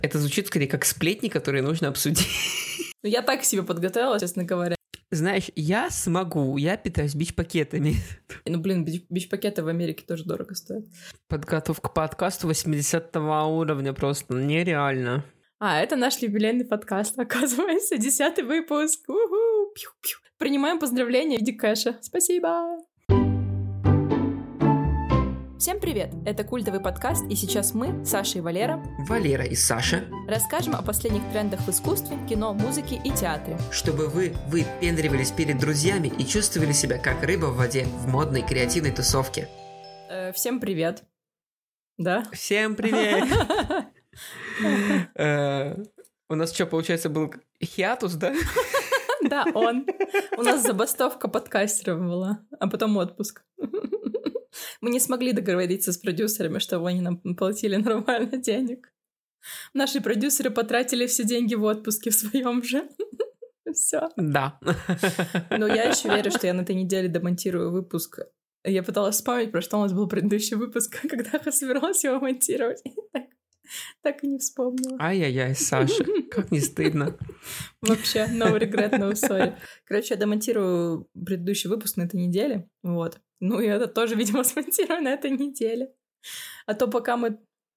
Это звучит скорее как сплетни, которые нужно обсудить. Ну, я так себе подготовила, честно говоря. Знаешь, я смогу, я питаюсь бич-пакетами. Ну, блин, бич-пакеты в Америке тоже дорого стоят. Подготовка к подкасту 80 уровня просто нереально. Это наш юбилейный подкаст, оказывается, 10-й выпуск. У-ху! Пью-пью. Принимаем поздравления в виде кэша. Спасибо! Всем привет! Это культовый подкаст, и сейчас мы, Саша и Валера, Валера и Саша, расскажем о последних трендах в искусстве, кино, музыке и театре. Чтобы вы выпендривались перед друзьями и чувствовали себя как рыба в воде в модной креативной тусовке. Всем привет! Да? Всем привет! У нас что, получается, был хиатус, да? Да, он. У нас забастовка подкастеров была, а потом отпуск. Мы не смогли договориться с продюсерами, чтобы они нам платили нормально денег. Наши продюсеры потратили все деньги в отпуске в своем же. Все. Да. Но я еще верю, что я на этой неделе демонтирую выпуск. Я пыталась вспомнить, про что у нас был предыдущий выпуск, когда я собиралась его монтировать. Так и не вспомнила. Ай-яй-яй, Саша, как не стыдно. Вообще, no regret, no sorry. Короче, я демонтирую предыдущий выпуск на этой неделе, вот. Ну и это тоже, видимо, смонтирую на этой неделе. А то пока мы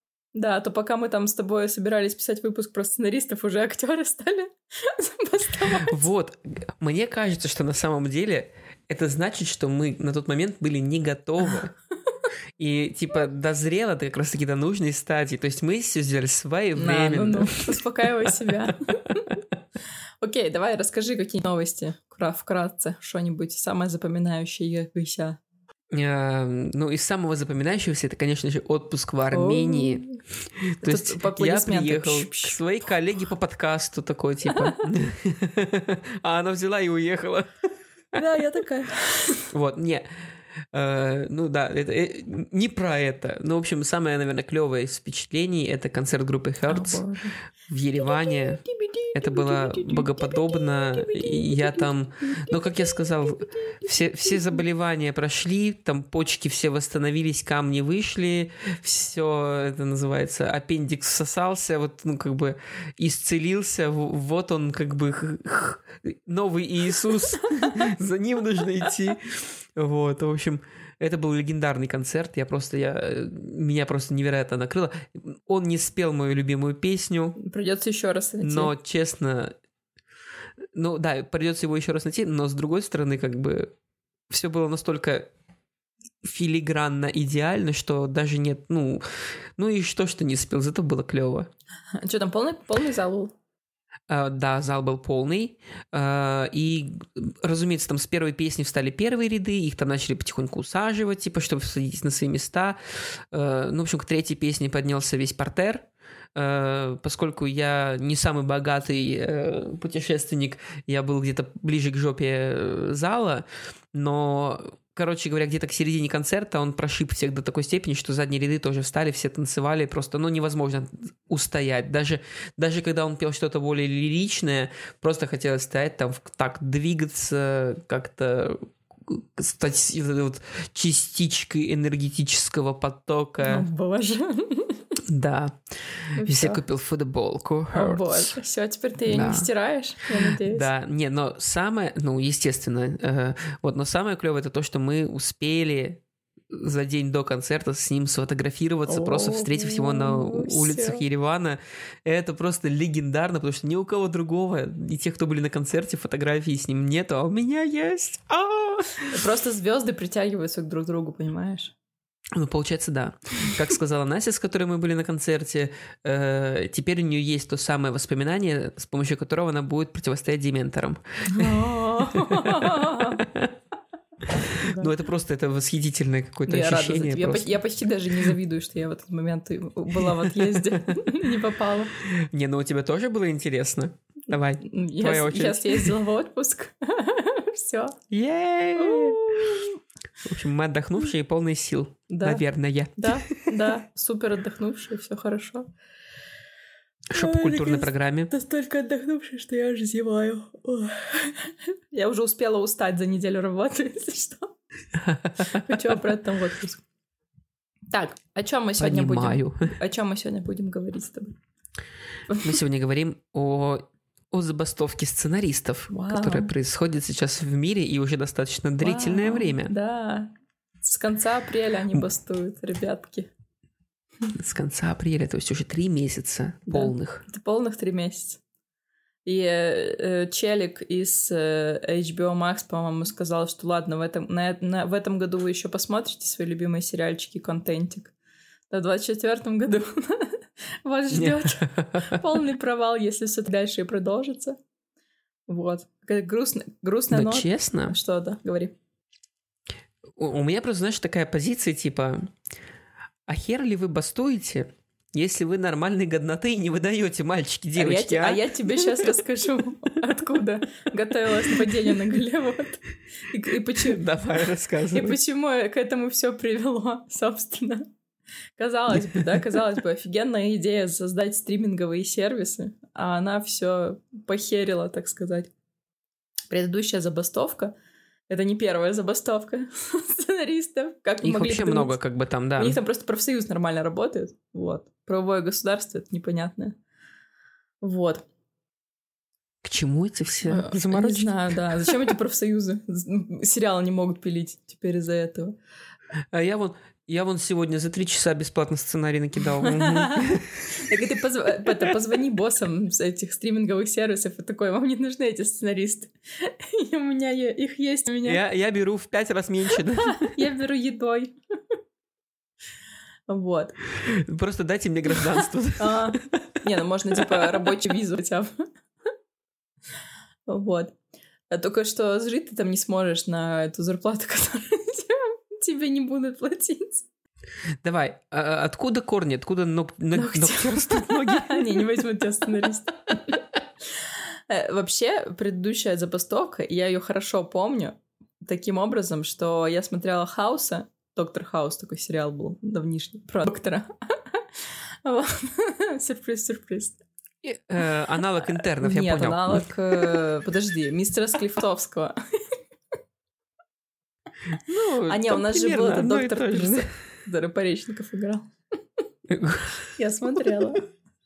там с тобой собирались писать выпуск про сценаристов, уже актеры стали забастовать. Вот, мне кажется, что на самом деле это значит, что мы на тот момент были не готовы. И, типа, дозрело это как раз-таки до нужной стадии. То есть мы все сделали своевременно. Успокаивай себя. Окей, давай расскажи, какие новости вкратце, что-нибудь самое запоминающееся. Ну, из самого запоминающегося это, конечно же, отпуск в Армении. То есть я приехал к своей коллеге по подкасту такой, типа, а она взяла и уехала. Да, я такая. Вот, ну да, это не про это. Ну, в общем, самое, наверное, клевое из впечатлений — это концерт группы Hertz в Ереване. Это было богоподобно. И я там, ну, как я сказал, все заболевания прошли, там почки все восстановились, камни вышли, все это называется, аппендикс всосался, вот, ну, как бы исцелился, вот он, как бы, новый Иисус, за ним нужно идти. Вот, в общем, это был легендарный концерт, меня просто невероятно накрыло. Он не спел мою любимую песню. Придется еще раз найти. Но, честно, ну да, придется его еще раз найти, но с другой стороны, как бы, все было настолько филигранно идеально, что даже нет, ну и что не спел, зато было клево. А что там, полный зал был? Да, зал был полный, и, разумеется, там с первой песни встали первые ряды, их там начали потихоньку усаживать, типа, чтобы садиться на свои места. Ну, в общем, к третьей песне поднялся весь партер, поскольку я не самый богатый путешественник, я был где-то ближе к жопе зала, но... Короче говоря, где-то к середине концерта он прошиб всех до такой степени, что задние ряды тоже встали, все танцевали, просто, ну, невозможно устоять. Даже когда он пел что-то более лиричное, просто хотелось стоять там, так двигаться, как-то стать вот частичкой энергетического потока. О, боже. Да. Ну, я купил футболку. О, боже. Все, теперь ты ее не стираешь, я надеюсь. Да, но самое, ну, естественно, но самое клевое это то, что мы успели за день до концерта с ним сфотографироваться, просто встретив его на улицах Еревана. Это просто легендарно, потому что ни у кого другого, и тех, кто были на концерте, фотографий с ним нету, а у меня есть. Просто звезды притягиваются друг к другу, понимаешь? Ну, получается, да. Как сказала Настя, с которой мы были на концерте, теперь у нее есть то самое воспоминание, с помощью которого она будет противостоять дементорам. Ну, это просто восхитительное какое-то ощущение. Я почти даже не завидую, что я в этот момент была в отъезде, не попала. Не, ну у тебя тоже было интересно? Давай, твоя очередь. Я съездила в отпуск. Все. В общем, мы отдохнувшие и полные сил, наверное. Да, супер отдохнувшие, все хорошо. Что по культурной программе? Настолько отдохнувшая, что я аж зеваю. Я уже успела устать за неделю работы, если что. Хочу обратно в отпуск. Так, о чем мы сегодня будем говорить с тобой? Мы сегодня говорим о забастовке сценаристов, которая происходит сейчас в мире и уже достаточно длительное время. Да, с конца апреля они бастуют, ребятки. С конца апреля, то есть уже 3 месяца полных. Это полных 3 месяца. И челик из HBO Max, по-моему, сказал, что ладно, в этом году вы еще посмотрите свои любимые сериальчики, контентик. А в 24-м году вас ждет полный провал, если все дальше и продолжится. Вот. Грустная нота. Честно? Что, да, говори. У меня просто, знаешь, такая позиция, типа, а хер ли вы бастуете, если вы нормальной годноты и не выдаете, мальчики, девочки, а я тебе сейчас расскажу, откуда готовилось нападение на Голливуд. И почему... Давай, рассказывай. И почему к этому все привело, собственно. Казалось бы, офигенная идея создать стриминговые сервисы, а она все похерила, так сказать. Предыдущая забастовка — это не первая забастовка сценаристов. Как их вообще много, как бы там, да. У них там просто профсоюз нормально работает. Вот. Правовое государство — это непонятное. Вот. К чему эти все заморочки? Не знаю, да. Зачем эти профсоюзы? Сериалы не могут пилить теперь из-за этого. А я вон сегодня за 3 часа бесплатно сценарий накидал. Так и ты позвони боссам с этих стриминговых сервисов и такой, вам не нужны эти сценаристы. И у меня их есть. Я беру в 5 раз меньше, да? Я беру едой. Вот. Просто дайте мне гражданство. Не, ну можно типа рабочую визу хотя бы. Вот. А только что жить ты там не сможешь на эту зарплату, которую тебе не будут платить. Давай, откуда корни, откуда ногти растут ноги? Не возьмут тебя сценарист. Вообще, предыдущая забастовка, я ее хорошо помню, таким образом, что я смотрела Хауса, Доктор Хаус, такой сериал был давнишний, про доктора. Сюрприз. Аналог интернов, я понял. Нет, аналог, подожди, мистера Склифтовского. У нас же был этот доктор, который Поречников играл. Я смотрела.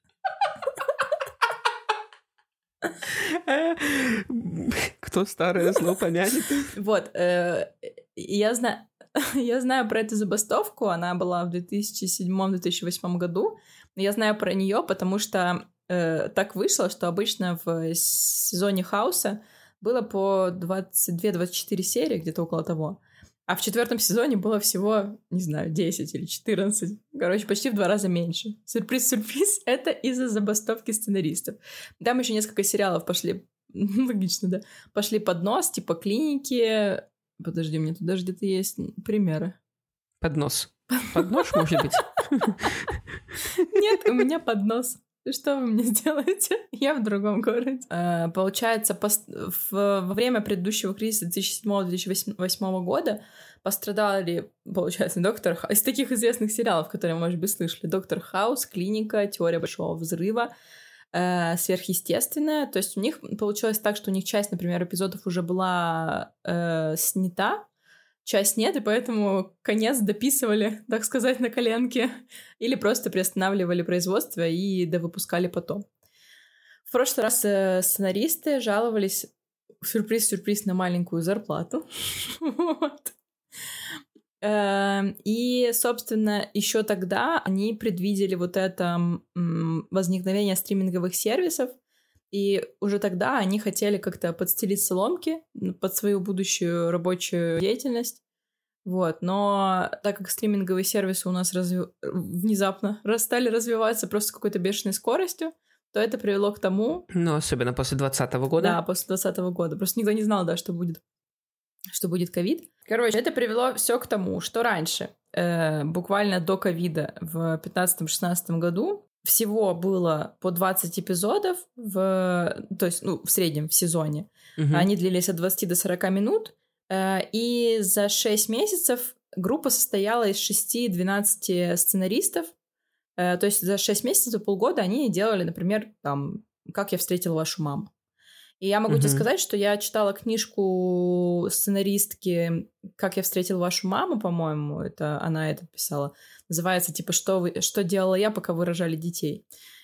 Кто старое зло помянет? Вот, я знаю про эту забастовку, она была в 2007-2008 году. Я знаю про нее, потому что так вышло, что обычно в сезоне Хауса было по 22-24 серии, где-то около того. А в 4-м сезоне было всего, не знаю, 10 или 14. Короче, почти в 2 раза меньше. Сюрприз, это из-за забастовки сценаристов. Там еще несколько сериалов пошли, логично, да, пошли под нос, типа «Клиники». Подожди, у меня тут даже где-то есть примеры. Поднос. Поднос, может быть? Нет, у меня поднос. Что вы мне сделаете? Я в другом городе. Получается, во время предыдущего кризиса 2007-2008 года пострадали, получается, Доктор Хаус. Из таких известных сериалов, которые вы, может быть, слышали. Доктор Хаус, Клиника, Теория Большого Взрыва, Сверхъестественное. То есть у них получилось так, что у них часть, например, эпизодов уже была снята, часть нет, и поэтому конец дописывали, так сказать, на коленке, или просто приостанавливали производство и довыпускали потом. В прошлый раз сценаристы жаловались, сюрприз, на маленькую зарплату. Вот. И, собственно, еще тогда они предвидели вот это возникновение стриминговых сервисов, и уже тогда они хотели как-то подстелить соломки под свою будущую рабочую деятельность. Вот. Но так как стриминговые сервисы у нас внезапно стали развиваться просто с какой-то бешеной скоростью, то это привело к тому... Ну, особенно после 2020 года. Да, после 2020 года. Просто никто не знал, да, что будет ковид. Короче, это привело все к тому, что раньше, буквально до ковида, в 2015-2016 году, всего было по 20 эпизодов, то есть, в среднем в сезоне. Угу. Они длились от 20 до 40 минут, и за 6 месяцев группа состояла из 6-12 сценаристов. То есть за 6 месяцев, за полгода они делали, например, там, «Как я встретил вашу маму». И я могу тебе сказать, что я читала книжку сценаристки «Как я встретил вашу маму», по-моему, она это писала. Называется типа «Что делала я, пока вы рожали детей».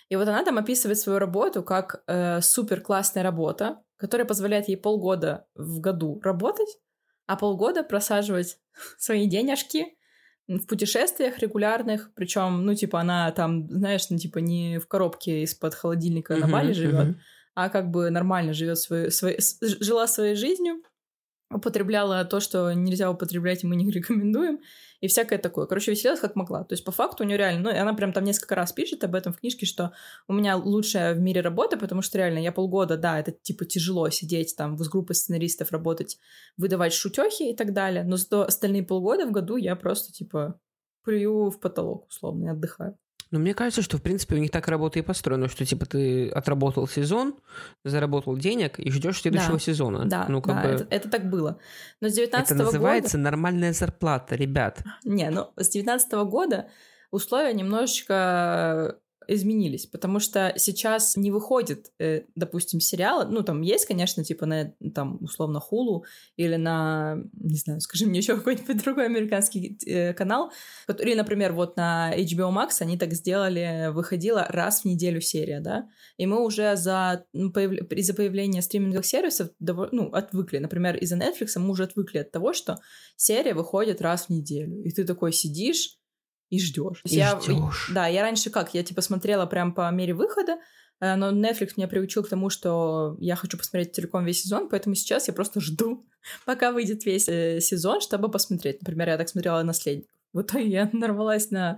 И вот она там описывает свою работу как супер классная работа, которая позволяет ей полгода в году работать, а полгода просаживать свои денежки в путешествиях регулярных, причем, ну, типа, она там, знаешь, ну, типа, не в коробке из-под холодильника на Бали живет, а как бы нормально живет жила своей жизнью, употребляла то, что нельзя употреблять, и мы не рекомендуем, и всякое такое. Короче, веселилась как могла. То есть, по факту, у нее реально... Ну, и она прям там несколько раз пишет об этом в книжке, что у меня лучшая в мире работа, потому что реально я полгода, да, это типа тяжело сидеть там с группой сценаристов, работать, выдавать шутехи и так далее, но зато остальные полгода в году я просто типа плюю в потолок, условно, и отдыхаю. Но мне кажется, что, в принципе, у них так работа и построена, что, типа, ты отработал сезон, заработал денег и ждешь следующего сезона. Да, ну, как да, бы... это так было. Но с 19-го Это называется нормальная зарплата, ребят. Не, ну, с 19-го года условия немножечко изменились, потому что сейчас не выходит, допустим, сериалы, ну, там есть, конечно, типа на, там, условно, Hulu или на, не знаю, скажи мне еще какой-нибудь другой американский канал, или, например, вот на HBO Max они так сделали, выходила раз в неделю серия, да, и мы уже из-за появления стриминговых сервисов, ну, отвыкли, например, из-за Netflix мы уже отвыкли от того, что серия выходит раз в неделю, и ты такой сидишь и ждешь. Да, я раньше как? Я типа смотрела прям по мере выхода, но Netflix меня приучил к тому, что я хочу посмотреть целиком весь сезон, поэтому сейчас я просто жду, пока выйдет весь сезон, чтобы посмотреть. Например, я так смотрела «Наследников». В итоге я нарвалась на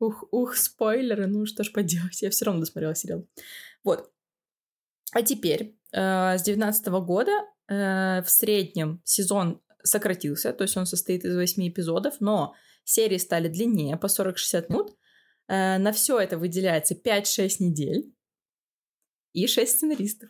спойлеры, ну что ж поделать, я все равно досмотрела сериал. Вот. А теперь с 19-го года в среднем сезон сократился, то есть он состоит из 8 эпизодов, но серии стали длиннее, по 40-60 минут. На все это выделяется 5-6 недель и 6 сценаристов.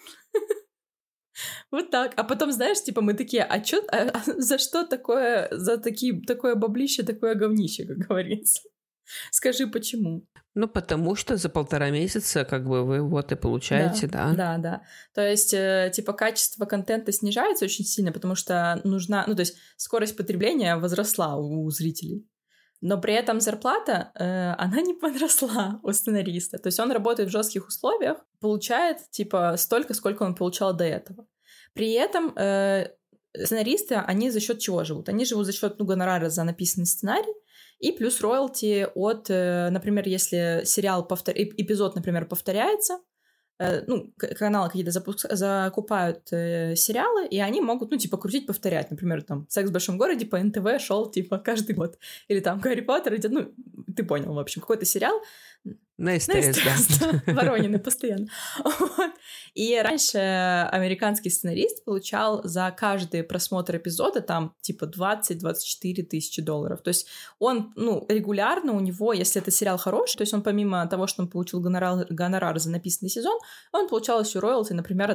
Вот так. А потом, знаешь, типа мы такие, за что такое, такое баблище, такое говнище, как говорится? Скажи, почему? Ну, потому что за 1,5 месяца как бы вы вот и получаете, да? Да. То есть, типа, качество контента снижается очень сильно, потому что нужна... Ну, то есть, скорость потребления возросла у зрителей. Но при этом зарплата, она не подросла у сценариста. То есть, он работает в жестких условиях, получает, типа, столько, сколько он получал до этого. При этом сценаристы, они за счет чего живут? Они живут за счет гонорара за написанный сценарий, и плюс роялти от, например, если эпизод, например, повторяется, ну, каналы какие-то закупают сериалы, и они могут, ну, типа, крутить, повторять. Например, там, «Секс в большом городе» по НТВ шел, типа, каждый год. Или там «Гарри Поттер», ну, ты понял, в общем, какой-то сериал. На СТС, да. Воронины постоянно. Вот. И раньше американский сценарист получал за каждый просмотр эпизода там типа 20-24 тысячи долларов. То есть он, ну, регулярно у него, если это сериал хороший, то есть он помимо того, что он получил гонорар за написанный сезон, он получал еще роялти, например,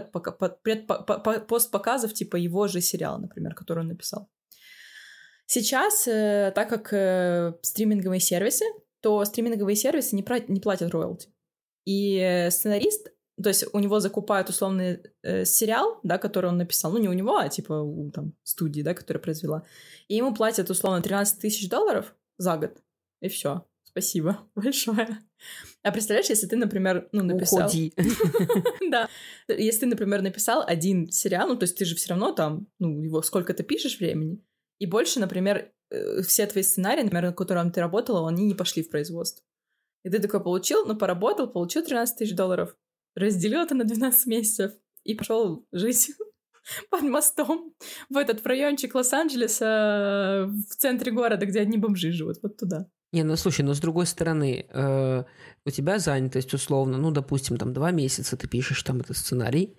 от постпоказов типа его же сериала, например, который он написал. Сейчас, так как стриминговые сервисы, то стриминговые сервисы не платят роялти. И сценарист, то есть у него закупают условный сериал, да, который он написал, ну не у него, а типа у там, студии, да, которая произвела, и ему платят условно 13 тысяч долларов за год, и все. Спасибо большое. А представляешь, если ты, например, написал... Уходи. Да. Если ты, например, написал один сериал, ну то есть ты же все равно там, его сколько ты пишешь времени, и больше, например, все твои сценарии, например, на котором ты работала, они не пошли в производство. И ты такой поработал, получил 13 тысяч долларов, разделил это на 12 месяцев и пошел жить под мостом в райончик Лос-Анджелеса в центре города, где одни бомжи живут, вот туда. Не, ну слушай, но с другой стороны, у тебя занятость условно, ну, допустим, там 2 месяца ты пишешь там этот сценарий,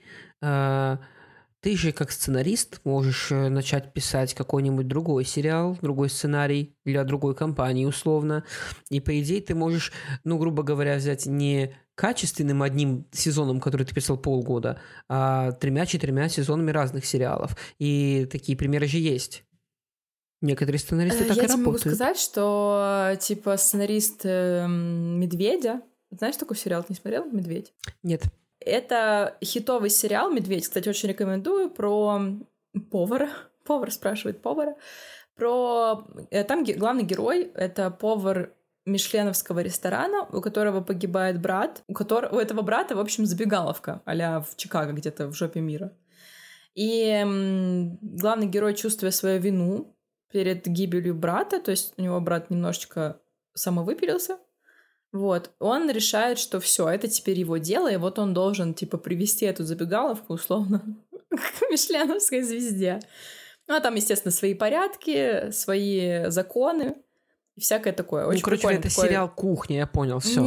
ты же как сценарист можешь начать писать какой-нибудь другой сериал, другой сценарий для другой компании условно. И по идее ты можешь, ну, грубо говоря, взять не качественным одним сезоном, который ты писал полгода, а 3-4 сезонами разных сериалов. И такие примеры же есть. Некоторые сценаристы так и работают. Я тебе могу сказать, что типа сценарист «Медведя». Знаешь такой сериал? Ты не смотрел «Медведь»? Нет. Это хитовый сериал «Медведь». Кстати, очень рекомендую. Про повара. Повар спрашивает повара. Там главный герой — это повар мишленовского ресторана, у которого погибает брат, у этого брата, в общем, забегаловка а-ля в Чикаго, где-то в жопе мира. И главный герой, чувствуя свою вину перед гибелью брата, то есть у него брат немножечко самовыпилился, вот, он решает, что все, это теперь его дело, и вот он должен, типа, привести эту забегаловку, условно, к мишленовской звезде. Ну, а там, естественно, свои порядки, свои законы и всякое такое. Очень короче, это такой... сериал «Кухня», я понял, все.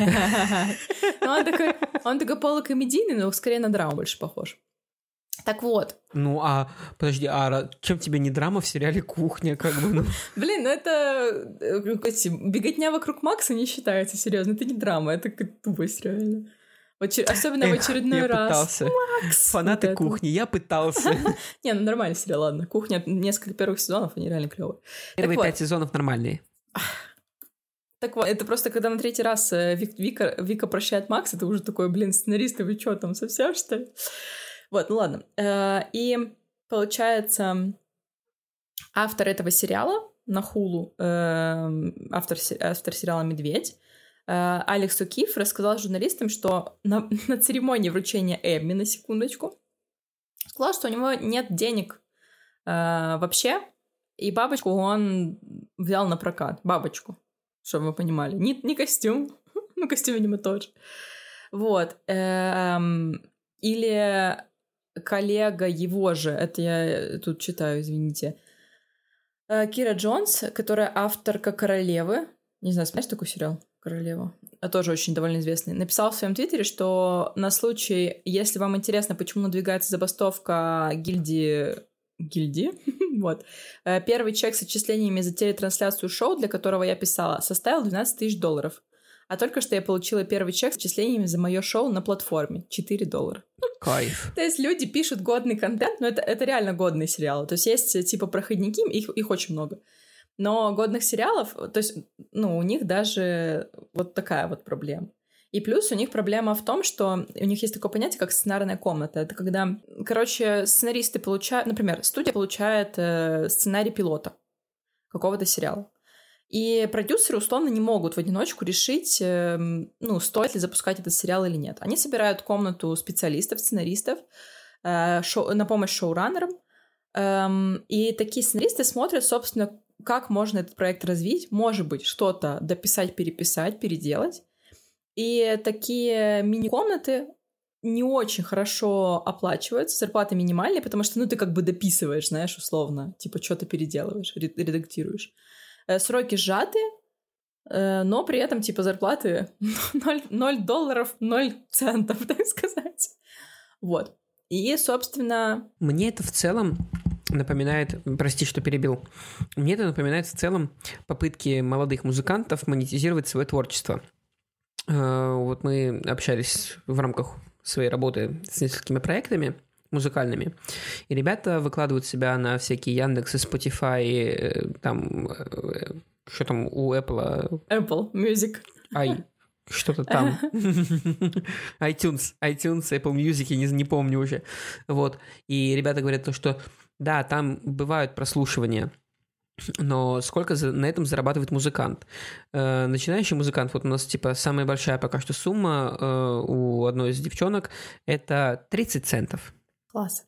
Он такой полукомедийный, но скорее на драму больше похож. Так вот. Ну, подожди, чем тебе не драма в сериале «Кухня», как бы, ну? Блин, ну это... Беготня вокруг Макса не считается, серьезно, это не драма, это тупость, реально. Особенно в очередной раз. Пытался. Макс! Фанаты вот «Кухни», я пытался. Не, ну нормальный сериал, ладно. «Кухня», несколько первых сезонов, они реально клевые. Первые 5 сезонов нормальные. Так вот, это просто когда на третий раз Вика прощает Макса, ты уже такой, блин, сценаристы, вы что там, совсем, что ли? Вот, ну ладно. И получается, автор этого сериала на Hulu, автор сериала «Медведь», Алекс О'Кифф рассказал журналистам, что на церемонии вручения Эмми, на секундочку, сказал, что у него нет денег вообще, и бабочку он взял на прокат. Бабочку, чтобы вы понимали. Не костюм, ну костюм, видимо, тоже. Вот. Или коллега его же, это я тут читаю, извините, Кира Джонс, которая авторка «Королевы». Не знаю, знаешь такой сериал «Королева»? Тоже очень довольно известный. Написал в своем твиттере, что на случай, если вам интересно, почему надвигается забастовка гильдии, вот, первый чек с отчислениями за телетрансляцию шоу, для которого я писала, составил $12 000. А только что я получила первый чек с отчислениями за мое шоу на платформе. $4. Кайф. То есть люди пишут годный контент, но это реально годные сериалы. То есть типа проходники, их очень много. Но годных сериалов, то есть, ну, у них даже вот такая вот проблема. И плюс у них проблема в том, что у них есть такое понятие, как сценарная комната. Это когда, короче, сценаристы получают... Например, студия получает сценарий пилота какого-то сериала. И продюсеры условно не могут в одиночку решить, ну, стоит ли запускать этот сериал или нет. Они собирают комнату специалистов, сценаристов на помощь шоураннерам. И такие сценаристы смотрят, собственно, как можно этот проект развить. Может быть, что-то дописать, переписать, переделать. И такие мини-комнаты не очень хорошо оплачиваются, зарплата минимальная, потому что, ну, ты как бы дописываешь, знаешь, условно, типа, что-то переделываешь, редактируешь. Сроки сжаты, но при этом, типа, зарплаты $0, $0, так сказать. Вот. И, собственно... Мне это в целом напоминает... Прости, что перебил. Мне это напоминает в целом попытки молодых музыкантов монетизировать свое творчество. Вот мы общались в рамках своей работы с несколькими проектами музыкальными, и ребята выкладывают себя на всякие Яндекс и Spotify, там, что там у Apple? Apple Music. Что-то там. iTunes, Apple Music, я не помню уже. Вот. И ребята говорят то, что да, там бывают прослушивания, но сколько на этом зарабатывает музыкант? Начинающий музыкант, вот у нас типа самая большая пока что сумма у одной из девчонок, это 30 центов. Класс.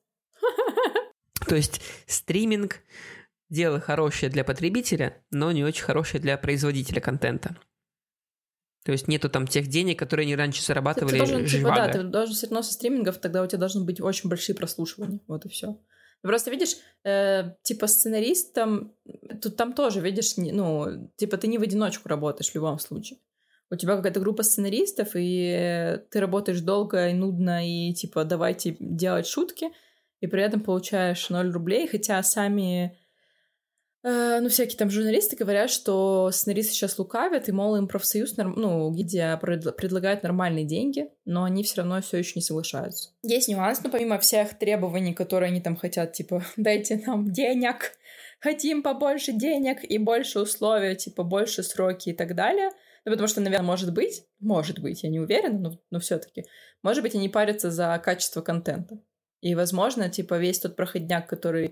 То есть стриминг – дело хорошее для потребителя, но не очень хорошее для производителя контента. То есть нету там тех денег, которые они раньше зарабатывали. Ты должен, типа, да, ты должен все равно со стримингов, тогда у тебя должны быть очень большие прослушивания. Вот и все. Просто видишь, типа сценаристом, тут там тоже, видишь, ну, типа ты не в одиночку работаешь в любом случае. У тебя какая-то группа сценаристов, и ты работаешь долго и нудно, и типа давайте делать шутки, и при этом получаешь 0 рублей, хотя сами, ну, всякие там журналисты говорят, что сценаристы сейчас лукавят, и, мол, им профсоюз, ну, где предлагают нормальные деньги, но они все равно все еще не соглашаются. Есть нюанс, но помимо всех требований, которые они там хотят, типа, дайте нам денег, хотим побольше денег и больше условий, типа, больше сроки и так далее. Ну, потому что, наверное, может быть, я не уверена, но все-таки, может быть, они парятся за качество контента. И, возможно, типа, весь тот проходняк, который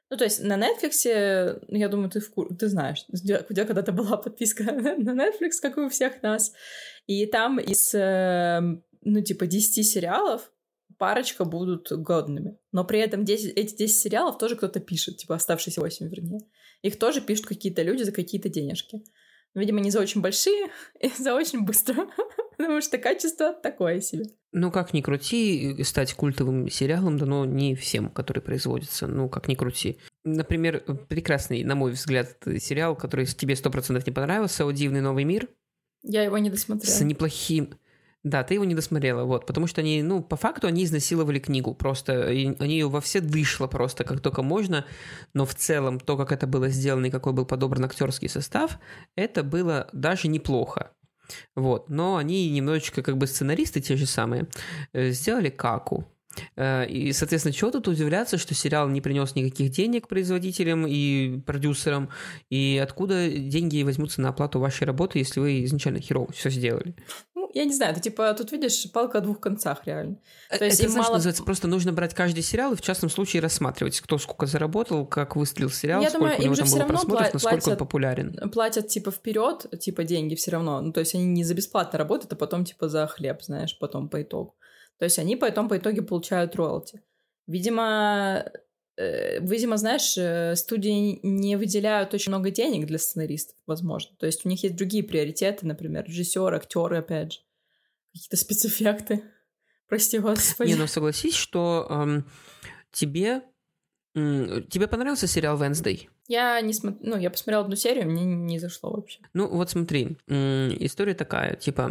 Ну, то есть на Netflix, я думаю, ты знаешь, у тебя когда-то была подписка на Netflix, как и у всех нас, и там из, 10 сериалов парочка будут годными, но при этом эти 10 сериалов тоже кто-то пишет, типа оставшиеся 8, вернее. Их тоже пишут какие-то люди за какие-то денежки. Видимо, не за очень большие, и за очень быстро, потому что качество такое себе. Ну, как ни крути, стать культовым сериалом дано не всем, которые производятся. Ну, как ни крути. Например, прекрасный, на мой взгляд, сериал, который тебе 100% не понравился, «О дивный новый мир». Я его не досмотрела. С неплохим... Да, ты его не досмотрела, вот, потому что они, по факту они изнасиловали книгу, просто, они ее во все вышло просто, как только можно, но в целом то, как это было сделано и какой был подобран актерский состав, это было даже неплохо, вот, но они немножечко, как бы сценаристы те же самые, сделали каку. И, соответственно, чего тут удивляться, что сериал не принес никаких денег производителям и продюсерам, и откуда деньги возьмутся на оплату вашей работы, если вы изначально херово все сделали? Ну, я не знаю, это типа, тут видишь, палка о двух концах, реально. То есть это, знаешь, называется, просто нужно брать каждый сериал и в частном случае рассматривать, кто сколько заработал, как выстрелил сериал, я сколько думаю, у него там было просмотров, насколько он популярен. Платят, типа, вперед, типа, деньги все равно. Ну, то есть они не за бесплатно работают, а потом, типа, за хлеб, знаешь, потом по итогу. То есть они потом по итоге получают роялти. Видимо, знаешь, студии не выделяют очень много денег для сценаристов, возможно. То есть у них есть другие приоритеты, например, режиссеры, актеры, опять же, какие-то спецэффекты. Прости, господи. Не, ну согласись, что тебе понравился сериал «Wednesday»? Я не смотрю, я посмотрела одну серию, мне не зашло вообще. Ну, вот смотри, история такая, типа,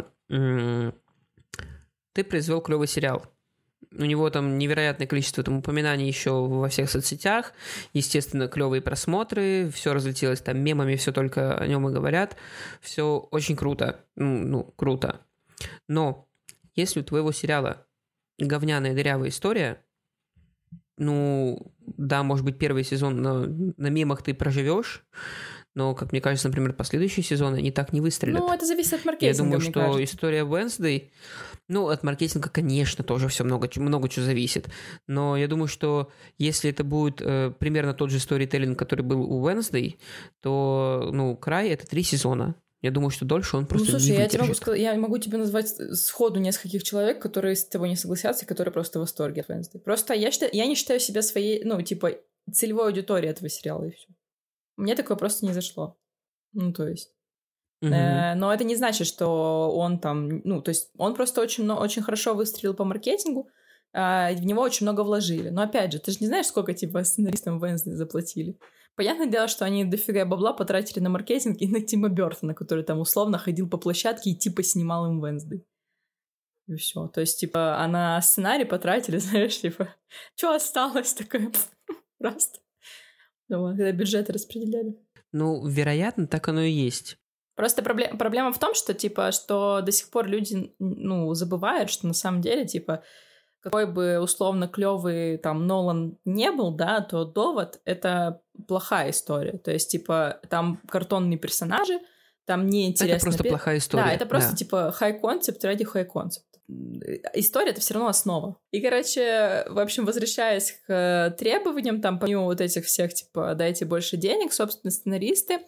ты произвел клевый сериал. У него там невероятное количество там упоминаний еще во всех соцсетях, естественно, клевые просмотры, все разлетелось там мемами, все только о нем и говорят, все очень круто, круто. Но если у твоего сериала говняная дырявая история, да, может быть, первый сезон на мемах ты проживешь, но, как мне кажется, например, последующие сезоны они так не выстрелят. Ну, это зависит от маркетинга, я думаю, мне что кажется. история Wednesday, от маркетинга, конечно, тоже все много чего зависит, но я думаю, что если это будет примерно тот же сторителлинг, который был у Wednesday, то, «Край» — это 3 сезона. Я думаю, что дольше он просто не выдержит. Я могу тебе назвать сходу нескольких человек, которые с тобой не согласятся, и которые просто в восторге от Wednesday. Просто я не считаю себя своей, целевой аудиторией этого сериала, и все. Мне такое просто не зашло. То есть... но это не значит, что он там... то есть он просто очень хорошо выстрелил по маркетингу, в него очень много вложили. Но опять же, ты же не знаешь, сколько сценаристам Wednesday заплатили. Понятное дело, что они дофига бабла потратили на маркетинг и на Тима Бёртона, который там условно ходил по площадке и типа снимал им Wednesday. И все. То есть, типа, а на сценарий потратили, знаешь, типа, что осталось такое? Просто. Когда бюджеты распределяли. Вероятно, так оно и есть. Просто проблема в том, что, типа, что до сих пор люди, забывают, что на самом деле, типа, какой бы условно клевый там Нолан не был, да, то «Довод» — это плохая история. То есть, типа, там картонные персонажи, там неинтересно. Это просто плохая история. Да, это просто, типа, хай-концепт ради хай-концепт. История — это все равно основа. И, короче, в общем, возвращаясь к требованиям, там, помимо вот этих всех, типа, дайте больше денег, собственно, сценаристы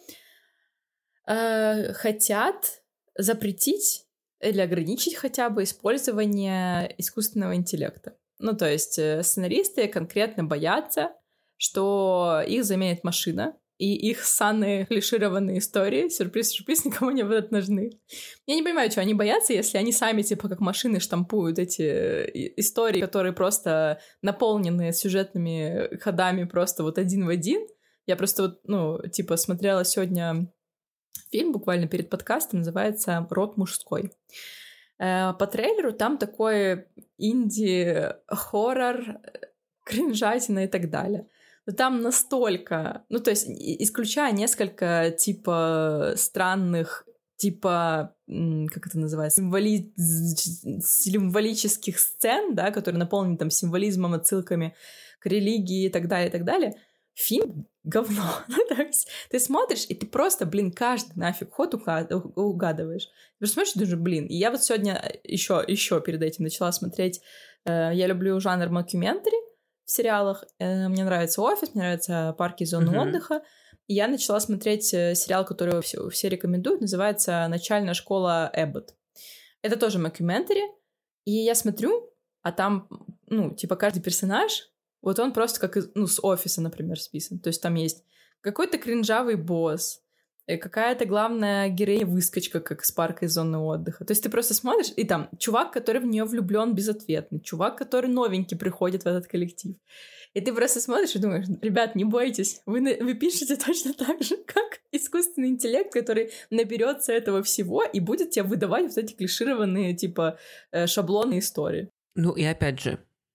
хотят запретить или ограничить хотя бы использование искусственного интеллекта. То есть сценаристы конкретно боятся, что их заменит машина, и их ссаные клишированные истории, сюрприз-сюрприз, никому не будут нужны. Я не понимаю, чего они боятся, если они сами, типа, как машины штампуют эти истории, которые просто наполнены сюжетными ходами просто вот один в один. Я просто смотрела сегодня фильм буквально перед подкастом, называется «Род мужской». По трейлеру там такой инди-хоррор, кринжатина и так далее. Но там настолько... то есть, исключая несколько, типа, странных, типа, как это называется, символических сцен, да, которые наполнены там символизмом, отсылками к религии и так далее, фильм говно. То есть ты смотришь, и ты просто, каждый нафиг ход угадываешь. Ты смотришь, и думаешь, И я вот сегодня еще перед этим начала смотреть, я люблю жанр мокюментари, в сериалах. Мне нравится «Офис», мне нравятся «Парки и зоны отдыха». И я начала смотреть сериал, который все рекомендуют, называется «Начальная школа Эббот». Это тоже мокюментари. И я смотрю, а там, ну, типа, каждый персонаж, вот он просто как, ну, с «Офиса», например, списан. То есть там есть какой-то кринжавый босс, какая-то главная героиня-выскочка, как с «Парка и зоны отдыха». То есть ты просто смотришь, и там чувак, который в нее влюблен безответный, чувак, который новенький приходит в этот коллектив. И ты просто смотришь и думаешь, ребят, не бойтесь, вы пишете точно так же, как искусственный интеллект, который наберется этого всего и будет тебе выдавать вот эти клишированные, типа, шаблоны истории. Ну и опять же,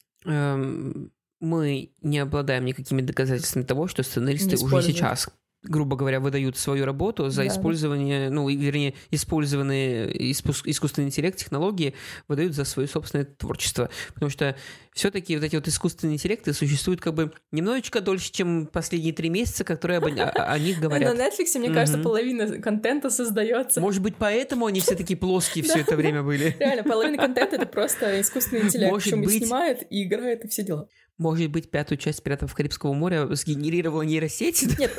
мы не обладаем никакими доказательствами того, что сценаристы уже сейчас, грубо говоря, выдают свою работу за использование, ну, вернее, использованные искусственный интеллект, технологии выдают за свое собственное творчество. Потому что все-таки вот эти вот искусственные интеллекты существуют как бы немножечко дольше, чем последние 3 месяца, которые о них говорят. На Netflix, мне кажется, половина контента создается. Может быть, поэтому они все такие плоские все это время были. Реально, половина контента — это просто искусственный интеллект, причем и снимает, и играет, и все дела. Может быть, 5-ю часть «Пиратов Карибского моря» сгенерировала нейросеть? Нет.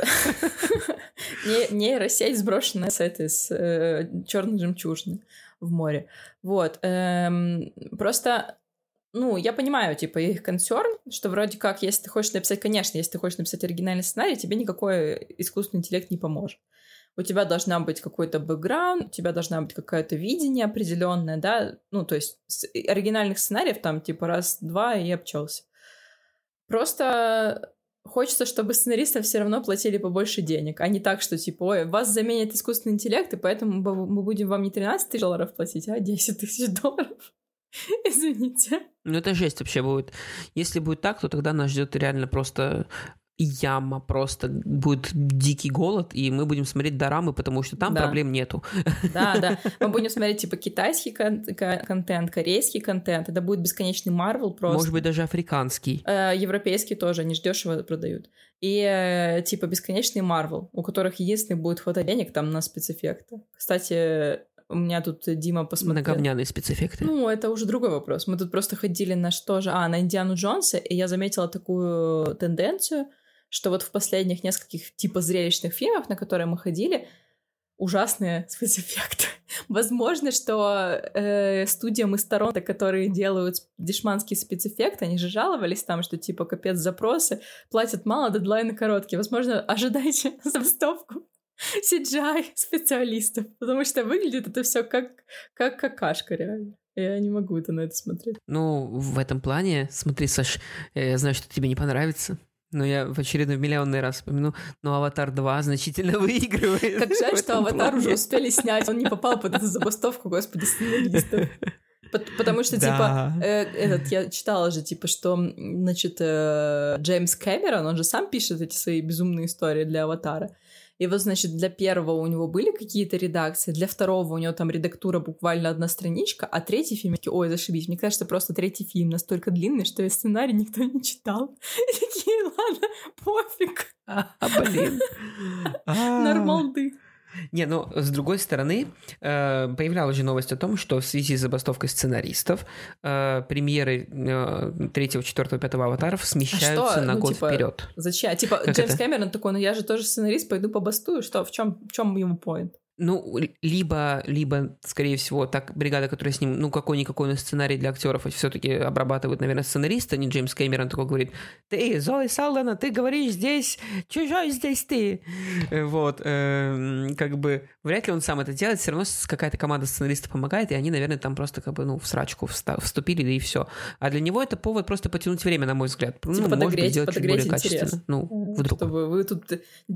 Нейросеть, сброшенная с черной жемчужины в море. Вот. Просто, ну, я понимаю, типа, их консерн, что вроде как, если ты хочешь написать, конечно, если ты хочешь написать оригинальный сценарий, тебе никакой искусственный интеллект не поможет. У тебя должна быть какой-то бэкграунд, у тебя должна быть какое-то видение определенное, да, ну, то есть оригинальных сценариев там, типа, раз-два и обчелся. Просто хочется, чтобы сценаристам все равно платили побольше денег, а не так, что типа, ой, вас заменит искусственный интеллект, и поэтому мы будем вам не $13 тысяч платить, а $10 тысяч. Извините. Ну это жесть вообще будет. Если будет так, то тогда нас ждет реально просто яма, просто будет дикий голод, и мы будем смотреть дорамы, потому что там проблем нету. Да. Мы будем смотреть, типа, китайский контент, корейский контент, это будет бесконечный Марвел просто. Может быть, даже африканский. Европейский тоже, они же дешево продают. И, типа, бесконечный Марвел, у которых единственный будет хватать денег там на спецэффекты. Кстати, у меня тут Дима посмотрел. На говняные спецэффекты. Ну, это уже другой вопрос. Мы тут просто ходили на что же? На Индиану Джонса, и я заметила такую тенденцию, что вот в последних нескольких типа зрелищных фильмах, на которые мы ходили, ужасные спецэффекты. Возможно, что студиям из Торонто, которые делают дешманские спецэффекты, они же жаловались там, что типа капец запросы, платят мало, дедлайны короткие. Возможно, ожидайте забастовку CGI-специалистов, потому что выглядит это все как какашка, реально. Я не могу на это смотреть. Ну, в этом плане, смотри, Саш, я знаю, что тебе не понравится, но я в очередной миллионный раз вспомяну, но «Аватар 2» значительно выигрывает. Как жаль, что «Аватар» уже успели снять, он не попал под эту забастовку, господи, сценаристов. Потому что, типа, я читала же, типа, что, значит, Джеймс Кэмерон, он же сам пишет эти свои безумные истории для «Аватара». И вот, значит, для первого у него были какие-то редакции, для второго у него там редактура буквально 1 страничка, а третий фильм, такие, ой, зашибись. Мне кажется, просто третий фильм настолько длинный, что и сценарий никто не читал. И такие, ладно, пофиг. Блин. Нормалды. Не, ну, с другой стороны, появлялась же новость о том, что в связи с забастовкой сценаристов премьеры 3, 4, 5 «Аватаров» смещаются на год вперед. Зачем? Типа, Джеймс Кэмерон такой, ну я же тоже сценарист, пойду побастую. Что, в чем его поинт? Ну, либо, скорее всего, так бригада, которая с ним, ну, какой-никакой сценарий для актеров все-таки обрабатывает, наверное, сценарист, а не Джеймс Кэмерон такой говорит, ты, Зои Салдана, ты говоришь здесь, чужой здесь ты. Вот, как бы, вряд ли он сам это делает, все равно какая-то команда сценаристов помогает, и они, наверное, там просто как бы, ну, в срачку вступили, да и все. А для него это повод просто потянуть время, на мой взгляд. Типа ну, подогреть более интерес. Качественно. Ну, вдруг. Чтобы вы тут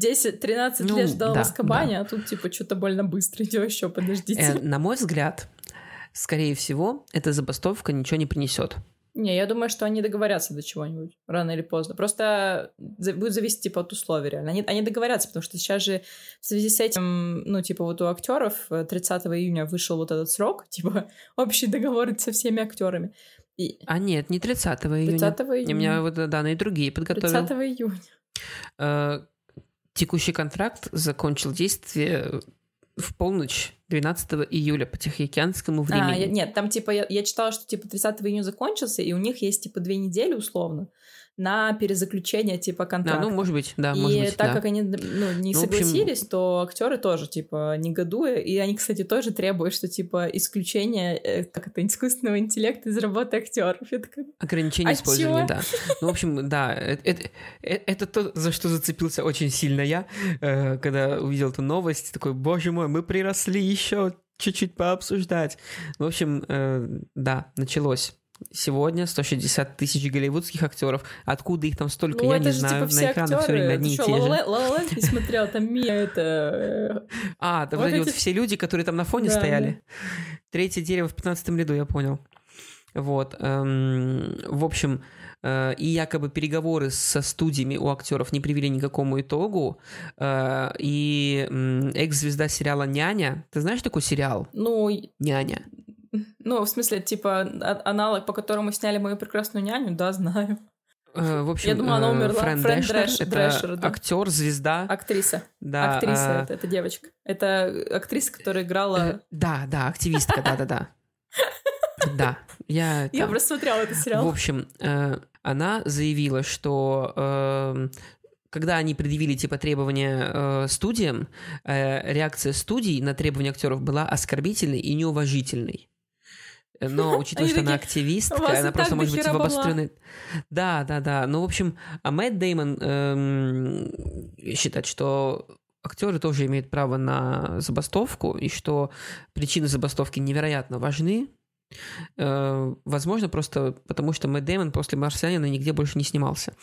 10-13 лет ждал в Азкабане, а тут, типа, что-то больно быстро. Идёт еще, подождите. На мой взгляд, скорее всего, эта забастовка ничего не принесет. Не, я думаю, что они договорятся до чего-нибудь, рано или поздно. Просто будет зависеть, типа, от условий, реально. Они договорятся, потому что сейчас же в связи с этим, ну, типа, вот у актеров 30 июня вышел вот этот срок, типа, общий договор со всеми актерами. Нет, не 30 июня. 30 июня. У меня вот данные другие подготовил. 30 июня. Текущий контракт закончил действие в полночь 12 июля по тихоокеанскому времени. Нет, там типа я читала, что типа 30 июня закончился, и у них есть типа 2 недели условно на перезаключение типа контракта. Может быть, да. И так да. как они не согласились, то актеры тоже типа негодуя, и они, кстати, тоже требуют, что типа исключение искусственного интеллекта из работы актеров. Ограничение использования, да. В общем, да, это то, за что зацепился очень сильно я, когда увидел эту новость, такой, боже мой, мы приросли еще чуть-чуть пообсуждать. В общем, да, началось. Сегодня 160 тысяч голливудских актеров. Откуда их там столько, я не знаю. Типа, на экранах все время одни и те же. La La Land не смотрел, там Мия это... Да вот эти вот все люди, которые там на фоне стояли. Третье дерево в 15-м ряду, я понял. Вот. В общем, и якобы переговоры со студиями у актеров не привели ни к какому итогу. И экс-звезда сериала «Няня». Ты знаешь такой сериал? «Няня». В смысле, типа, аналог, по которому сняли «Мою прекрасную няню», да, знаю. В общем, я думала, она умерла. Фрэн Дрэшер, да? Актер, звезда. Актриса. Да, актриса, это девочка. Это актриса, которая играла... Да, активистка, да. Да, я просто смотрела этот сериал. В общем, она заявила, что... Когда они предъявили типа требования студиям, реакция студий на требования актеров была оскорбительной и неуважительной. Но учитывая, что она активистка, она просто может быть в обостренной... Да. В общем, Мэтт Дэймон считает, что актеры тоже имеют право на забастовку, и что причины забастовки невероятно важны. Возможно, просто потому, что Мэтт Дэймон после «Марсианина» нигде больше не снимался.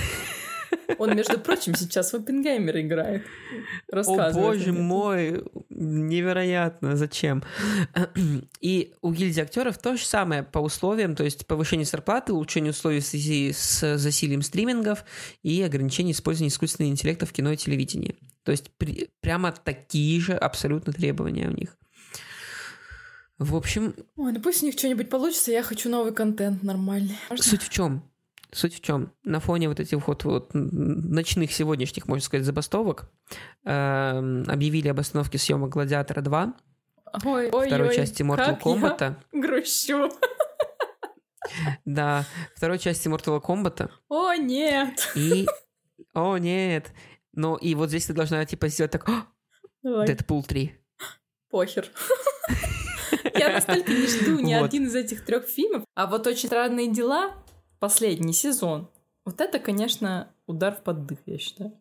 Он, между прочим, сейчас в «Оппенгеймер» играет. О, боже мой, невероятно, зачем? И у гильдии актеров то же самое по условиям, то есть повышение зарплаты, улучшение условий в связи с засилием стримингов и ограничение использования искусственного интеллекта в кино и телевидении. То есть прямо такие же абсолютно требования у них. В общем... Ой, пусть у них что-нибудь получится, я хочу новый контент нормальный. Суть в чем? На фоне вот этих вот ночных сегодняшних, можно сказать, забастовок объявили об остановке съемок «Гладиатора 2», второй части Mortal Kombat. Грущу. Да, второй части Mortal Kombat. О, нет. О, нет. Ну, и вот здесь ты должна, типа, сделать так... Дэдпул 3. Похер. Я настолько не жду ни один из этих 3 фильмов. А вот «Очень странные дела», последний сезон, вот это, конечно, удар в поддых, я считаю.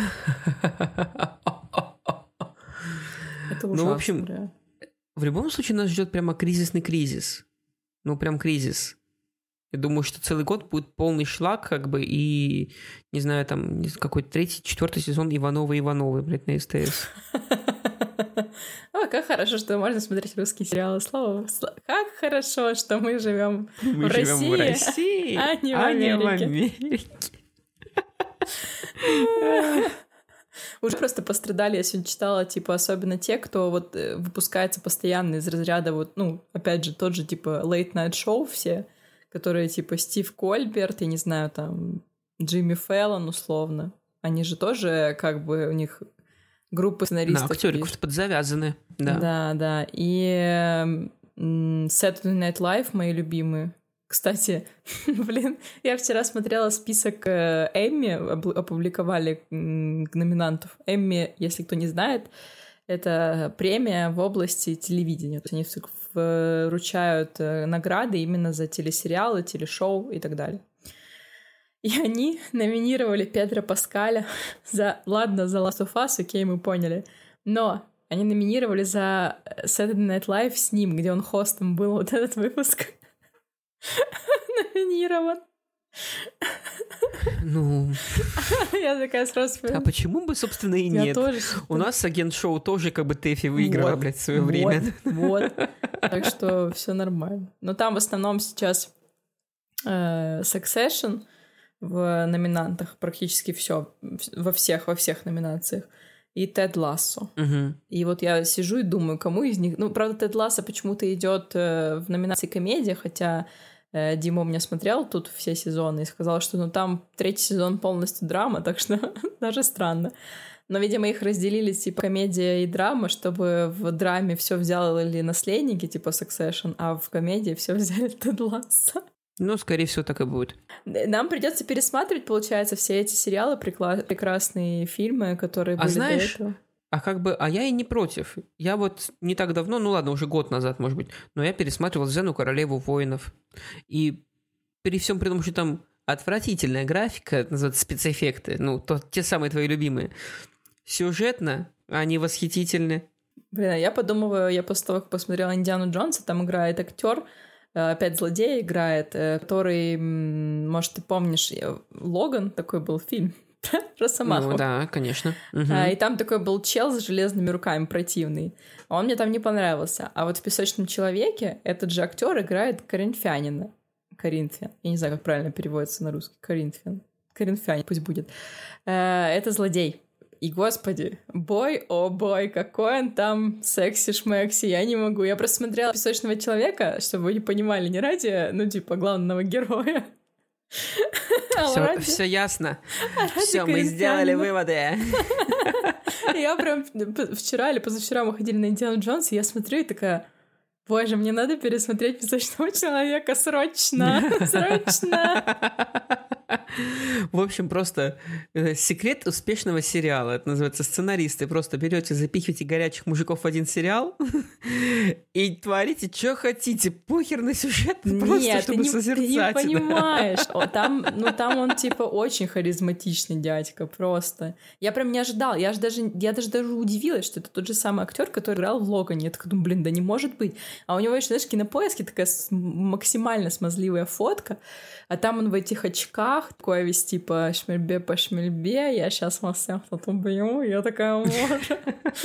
Это ужасно. В общем, в любом случае нас ждет прямо кризисный кризис. Прям кризис. Я думаю, что целый год будет полный шлак, как бы, и, не знаю, там, какой-то 3-й, 4-й сезон «Ивановы», блядь, на СТС. О, как хорошо, что можно смотреть русские сериалы. Как хорошо, что мы живем в России, а не в Америке. Уже просто пострадали, я сегодня читала, типа, особенно те, кто вот выпускается постоянно из разряда, вот, опять же, тот же, типа, Late Night Show все, которые, типа, Стив Кольберт, я не знаю, там, Джимми Фэллон, условно. Они же тоже, как бы, у них... группы сценаристов. Да, актеры как-то подзавязаны. Да. И Saturday Night Live, мои любимые. Кстати, я вчера смотрела список Эмми, опубликовали номинантов. Эмми, если кто не знает, это премия в области телевидения. То есть они вручают награды именно за телесериалы, телешоу и так далее. И они номинировали Педро Паскаля за Last of Us, окей, мы поняли. Но они номинировали за Saturday Night Live с ним, где он хостом был, вот этот выпуск. Номинирован. Я такая сразу... А почему бы, собственно, и нет? У нас агент-шоу тоже как бы Тэфи выиграла, блядь, в свое время. Вот. Так что все нормально. Но там в основном сейчас Succession в номинантах, практически все, во всех номинациях. И Тед Лассо. И вот я сижу и думаю, кому из них... правда, Тед Лассо почему-то идет в номинации комедия, хотя Дима у меня смотрел тут все сезоны и сказал, что там 3-й сезон полностью драма, так что даже странно. Но, видимо, их разделили, типа, комедия и драма, чтобы в драме все взяли наследники, типа Succession, а в комедии все взяли Тед Лассо. Ну, скорее всего, так и будет. Нам придется пересматривать, получается, все эти сериалы, прекрасные фильмы, которые были до этого. А я и не против. Я вот не так давно, ну ладно, уже год назад, может быть, но я пересматривал «Зену, королеву воинов». И при всем при том, что там отвратительная графика, называется спецэффекты, ну, те самые твои любимые, сюжетно они восхитительны. Блин, я подумываю, я после того, как посмотрела «Индиану Джонса», там играет актер, опять злодей играет, который, может, ты помнишь, Логан, такой был фильм, Росомаху. Ну да, конечно. Угу. И там такой был чел с железными руками противный. Он мне там не понравился. А вот в «Песочном человеке» этот же актер играет коринфянина. Коринфян. Я не знаю, как правильно переводится на русский. Коринфянин, пусть будет. Это злодей. И, господи, бой, о бой, какой он там секси-шмекси, я не могу. Я просто смотрела «Песочного человека», чтобы вы не понимали, не ради, ну, типа, главного героя. Все ясно. Все, мы сделали выводы. Я прям вчера или позавчера мы ходили на «Индиану Джонса», и я смотрю и такая: боже, мне надо пересмотреть «Песочного человека» срочно, срочно. В общем, просто секрет успешного сериала. Это называется сценаристы. Просто берете, запихиваете горячих мужиков в один сериал и творите, что хотите. Похер на сюжет, просто чтобы созерцать. Нет, ты не понимаешь. Там он типа очень харизматичный дядька, просто. Я прям не ожидал. Я даже удивилась, что это тот же самый актер, который играл в «Логане». Я такая думаю, блин, да не может быть. А у него еще, знаешь, Кинопоиске такая максимально смазливая фотка, а там он в этих очках, такой весь типа шмельбе по шмельбе, я сейчас вас всех тут убью, я такая, боже.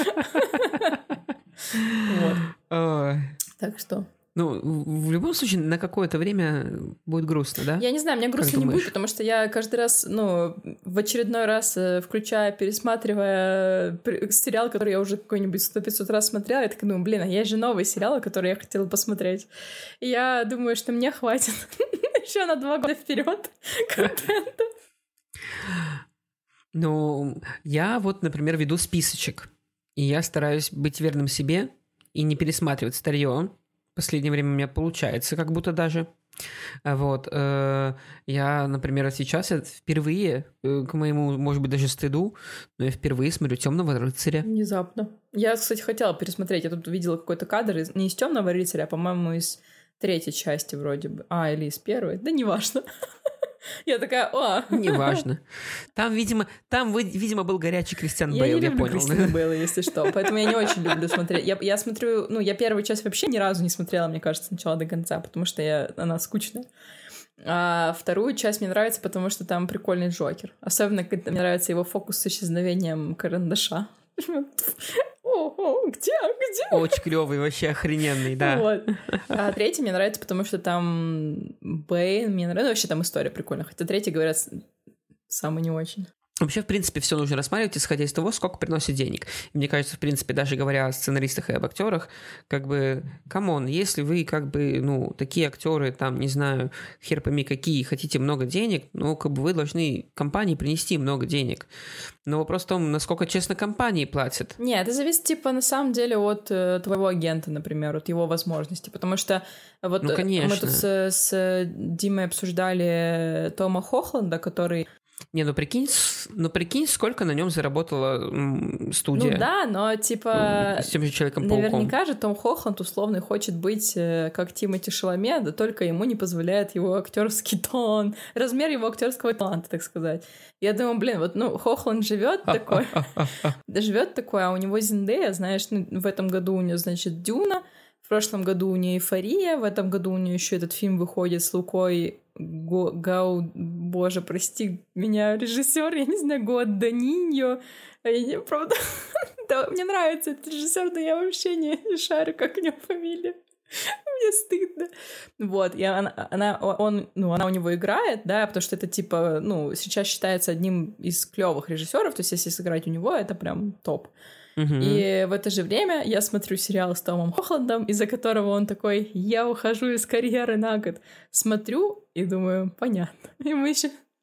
Так что... Ну, в любом случае, на какое-то время будет грустно, да? Я не знаю, мне грустно не будет, потому что я каждый раз, в очередной раз, включая, пересматривая сериал, который я уже какой-нибудь 100-500 раз смотрела, я такая думаю, блин, а есть же новые сериалы, которые я хотела посмотреть. И я думаю, что мне хватит еще на 2 года вперед контента. Ну, я вот, например, веду списочек, и я стараюсь быть верным себе и не пересматривать старье. В последнее время у меня получается, как будто даже. Вот. Я, например, сейчас впервые, к моему, может быть, даже стыду, но я впервые смотрю «Темного рыцаря». Внезапно. Я, кстати, хотела пересмотреть. Я тут видела какой-то кадр не из «Темного рыцаря», а, по-моему, из 3-й части вроде бы. Или из 1-й. Да неважно. Я такая, Неважно. Там, видимо, был горячий Кристиан Бейл, я понял. Кристиана Бейла, если что. Поэтому я не очень люблю смотреть. Я смотрю, я первую часть вообще ни разу не смотрела, мне кажется, с начала до конца, потому что она скучная. А вторую часть мне нравится, потому что там прикольный Джокер. Особенно, когда мне нравится его фокус с исчезновением карандаша. Где? Очень клёвый, вообще охрененный, да. Вот. А третий мне нравится, потому что там Бэйн, мне нравится, вообще там история прикольная. Хотя третий, говорят, самый не очень. Вообще, в принципе, все нужно рассматривать, исходя из того, сколько приносит денег. И мне кажется, в принципе, даже говоря о сценаристах и об актерах, как бы, камон, если вы, как бы, такие актеры, там, не знаю, хер пойми какие, хотите много денег, как бы вы должны компании принести много денег. Но вопрос в том, насколько честно компании платят. Нет, это зависит, типа, на самом деле от твоего агента, например, от его возможностей. Потому что вот мы тут с Димой обсуждали Тома Хохланда, который... Не, прикинь, сколько на нем заработала студия. Ну да, но типа... С тем же Человеком-пауком. Наверняка же Том Хохланд условно хочет быть как Тимоти Шаломе, да только ему не позволяет его актерский тон, размер его актерского таланта, так сказать. Я думаю, блин, вот, Хохланд живет такой, а у него Зендея, знаешь, в этом году у нее, значит, Дюна, в прошлом году у нее «Эйфория», в этом году у нее еще этот фильм выходит с Лукой боже, прости меня, режиссер, я не знаю, Гуаданиньо. Правда, да, мне нравится этот режиссер, но я вообще не шарю, как у него фамилия. Мне стыдно. Вот, и она у него играет, да, потому что это, типа, сейчас считается одним из клевых режиссеров, то есть если сыграть у него, это прям топ. И в это же время я смотрю сериал с Томом Хохландом, из-за которого он такой, я ухожу из карьеры на год. Смотрю и думаю, понятно. И мы еще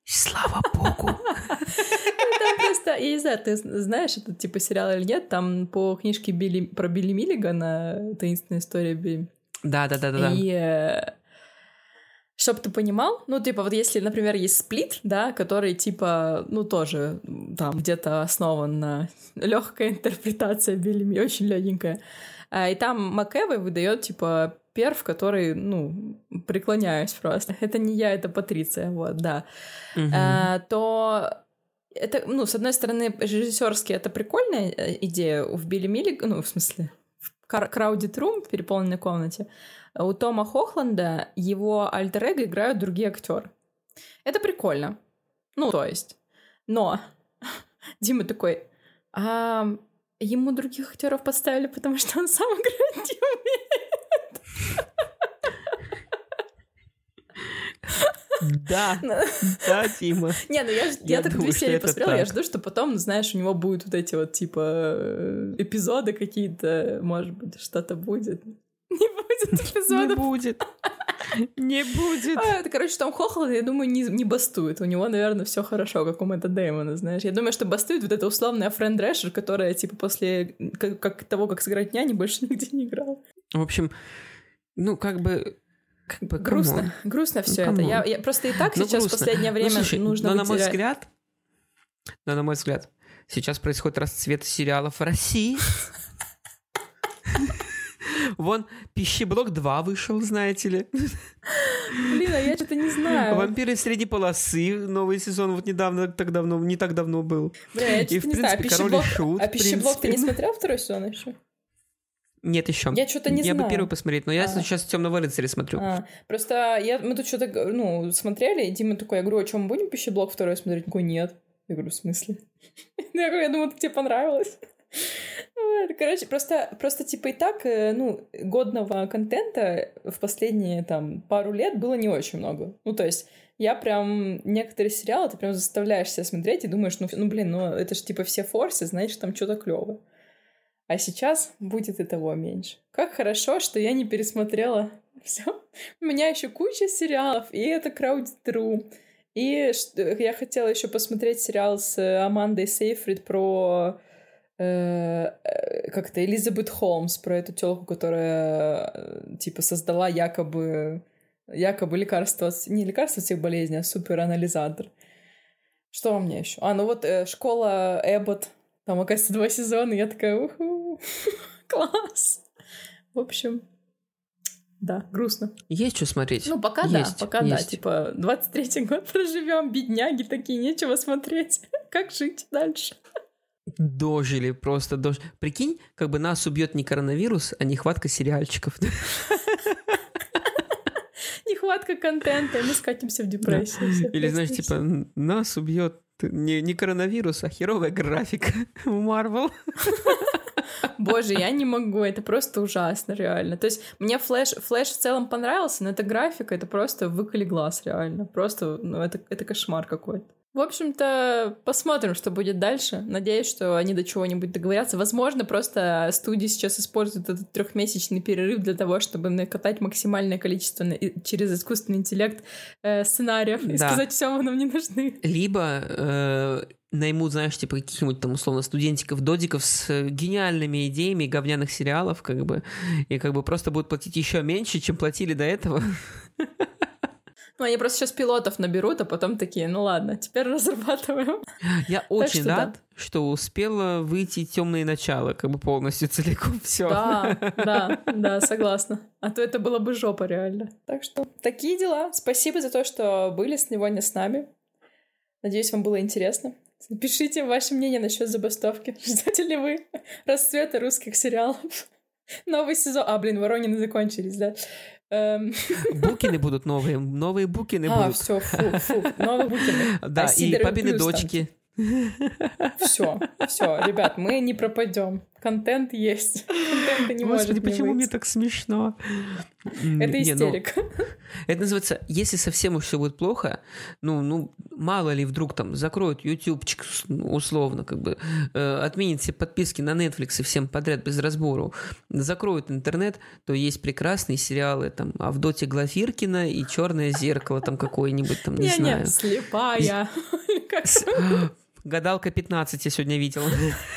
Слава богу. Там просто, я не знаю, ты знаешь этот типа сериал или нет, там по книжке про Билли Миллигана «Таинственная история Билли». Да. И чтоб ты понимал, ну, типа, вот если, например, есть «Сплит», да, который, типа, ну, тоже там где-то основан на легкая интерпретация Билли Миллигана, очень легенькая. И там МакЭвой выдает, типа, перв, который, ну, преклоняюсь просто. Это не я, это Патриция, вот, да. То это, ну, с одной стороны, режиссерски это прикольная идея в Билли Миллигана, ну, в смысле, в Crowded Room, в переполненной комнате. У Тома Хохланда его альтер-эго играют другие актеры. Это прикольно. Ну, то есть. Но Дима такой... Ему других актеров подставили, потому что он сам играть не умеет. Да, Дима. Не, ну я так 2 серии посмотрела, я жду, что потом, знаешь, у него будут вот эти вот, типа, эпизоды какие-то, может быть, что-то будет. Не будет эпизодов. Не будет. Короче, Том Хохланд, я думаю, не бастует. У него, наверное, все хорошо, как у Мэтта Дэймона, знаешь. Я думаю, что бастует вот эта условная Фрэн Дрэшер, которая, типа, после того, как сыграть няни, больше нигде не играла. В общем, ну, как бы грустно все это. Я просто и так сейчас в последнее время нужно но на мой взгляд, сейчас происходит расцвет сериалов в России. Вон, «Пищеблок 2» вышел, знаете ли. Блин, а я что-то не знаю. «Вампиры среди полосы» новый сезон вот не так давно был. Блин, я что-то не знаю. «Король и Шут». А «Пищеблок» ты не смотрел второй сезон еще? Нет, еще. Я что-то не знаю. Я бы первый посмотреть, но я сейчас «Темного рыцаря» смотрю. Просто мы тут что-то, смотрели, и Дима такой, я говорю, а что, мы будем «Пищеблок» второй смотреть? Он такой, нет. Я говорю, в смысле? Я думаю, тебе понравилось. Короче, просто типа и так, годного контента в последние там пару лет было не очень много. Ну, то есть я прям... Некоторые сериалы ты прям заставляешь себя смотреть и думаешь, это же типа все форсы, значит, там что-то клёвое. А сейчас будет и того меньше. Как хорошо, что я не пересмотрела все. У меня еще куча сериалов, и это Crowded Room. И я хотела еще посмотреть сериал с Амандой Сейфрид про... как-то Элизабет Холмс, про эту тёлку, которая типа создала якобы лекарство, не лекарство от всех болезней, а суперанализатор. Что у меня еще? «Школа Эббот». Там, оказывается, 2 сезона, и я такая, уху, класс. В общем, да, грустно. Есть что смотреть? Ну, пока есть. Типа, 23-й год проживем, бедняги такие, нечего смотреть. Как жить дальше? Дожили. Прикинь, как бы нас убьет не коронавирус, а нехватка сериальчиков. Нехватка контента, и мы скатимся в депрессию. Или, знаешь, типа, нас убьет не коронавирус, а херовая графика в Marvel. Боже, я не могу, это просто ужасно, реально. То есть мне Флэш в целом понравился, но эта графика, это просто выколи глаз, реально. Просто, это кошмар какой-то. В общем-то, посмотрим, что будет дальше. Надеюсь, что они до чего-нибудь договорятся. Возможно, просто студии сейчас используют этот 3-месячный перерыв для того, чтобы накатать максимальное количество через искусственный интеллект сценариев и сказать, все, мы нам не нужны. Либо наймут, знаешь, типа каких-нибудь там, условно, студентиков-додиков с гениальными идеями говняных сериалов, как бы, и как бы просто будут платить еще меньше, чем платили до этого. Ну, они просто сейчас пилотов наберут, а потом такие, ну ладно, теперь разрабатываем. Я очень рад, что успела выйти «Темные начала», как бы полностью целиком все. Да, согласна. А то это была бы жопа, реально. Так что такие дела. Спасибо за то, что были сегодня с нами. Надеюсь, вам было интересно. Пишите ваше мнение насчет забастовки. Ждете ли вы расцвета русских сериалов? Новый сезон... Воронины закончились, да? Букины будут новые букины будут. Все, фу, новые букины. Да, и папины дочки. Все, ребят, мы не пропадем. Контент есть. Контента не может не быть. Почему мне так смешно? Это истерика. Это называется, если совсем уж все будет плохо, мало ли вдруг там закроют ютубчик условно, как бы отменят все подписки на Netflix и всем подряд без разбору, закроют интернет, то есть прекрасные сериалы там Авдотья Глафиркина и «Черное зеркало» там какое-нибудь там, не знаю. Слепая. «Гадалка 15» я сегодня видела.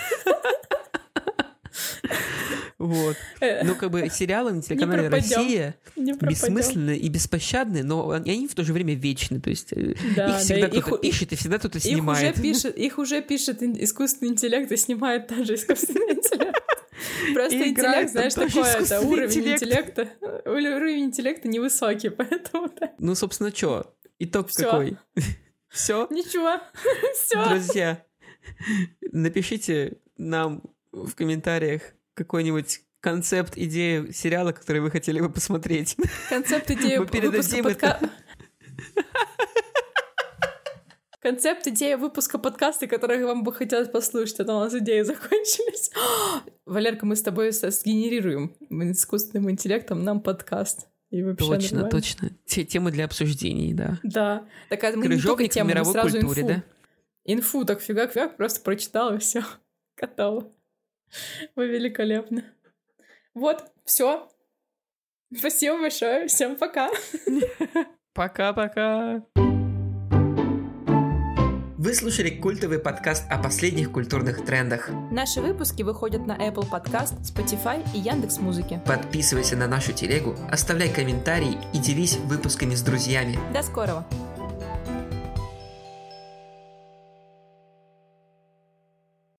Вот. Ну, как бы сериалы на телеканале «Россия» бессмысленные и беспощадные, но они в то же время вечны. То есть их всегда кто-то пишет и всегда кто-то снимает. Их уже пишет искусственный интеллект и снимает даже искусственный интеллект. Просто интеллект, знаешь, такое, это уровень интеллекта невысокий, поэтому... Ну, собственно, что? Итог какой? Все? Ничего. Все. Друзья, напишите нам в комментариях какой-нибудь концепт, идею сериала, который вы хотели бы посмотреть. Концепт, идею Концепт, идея выпуска подкаста, который вам бы хотелось послушать, а то у нас идеи закончились. Валерка, мы с тобой сгенерируем искусственным интеллектом нам подкаст. И точно. Темы для обсуждений, да. Да. Так, мы не только тему, мы сразу культуре, инфу. Да? Инфу так фигак, просто прочитала, и все. Готово. Вы великолепны. Вот, все. Спасибо большое. Всем пока. Пока-пока. Вы слушали культовый подкаст о последних культурных трендах. Наши выпуски выходят на Apple Podcast, Spotify и Яндекс.Музыке. Подписывайся на нашу телегу, оставляй комментарии и делись выпусками с друзьями. До скорого!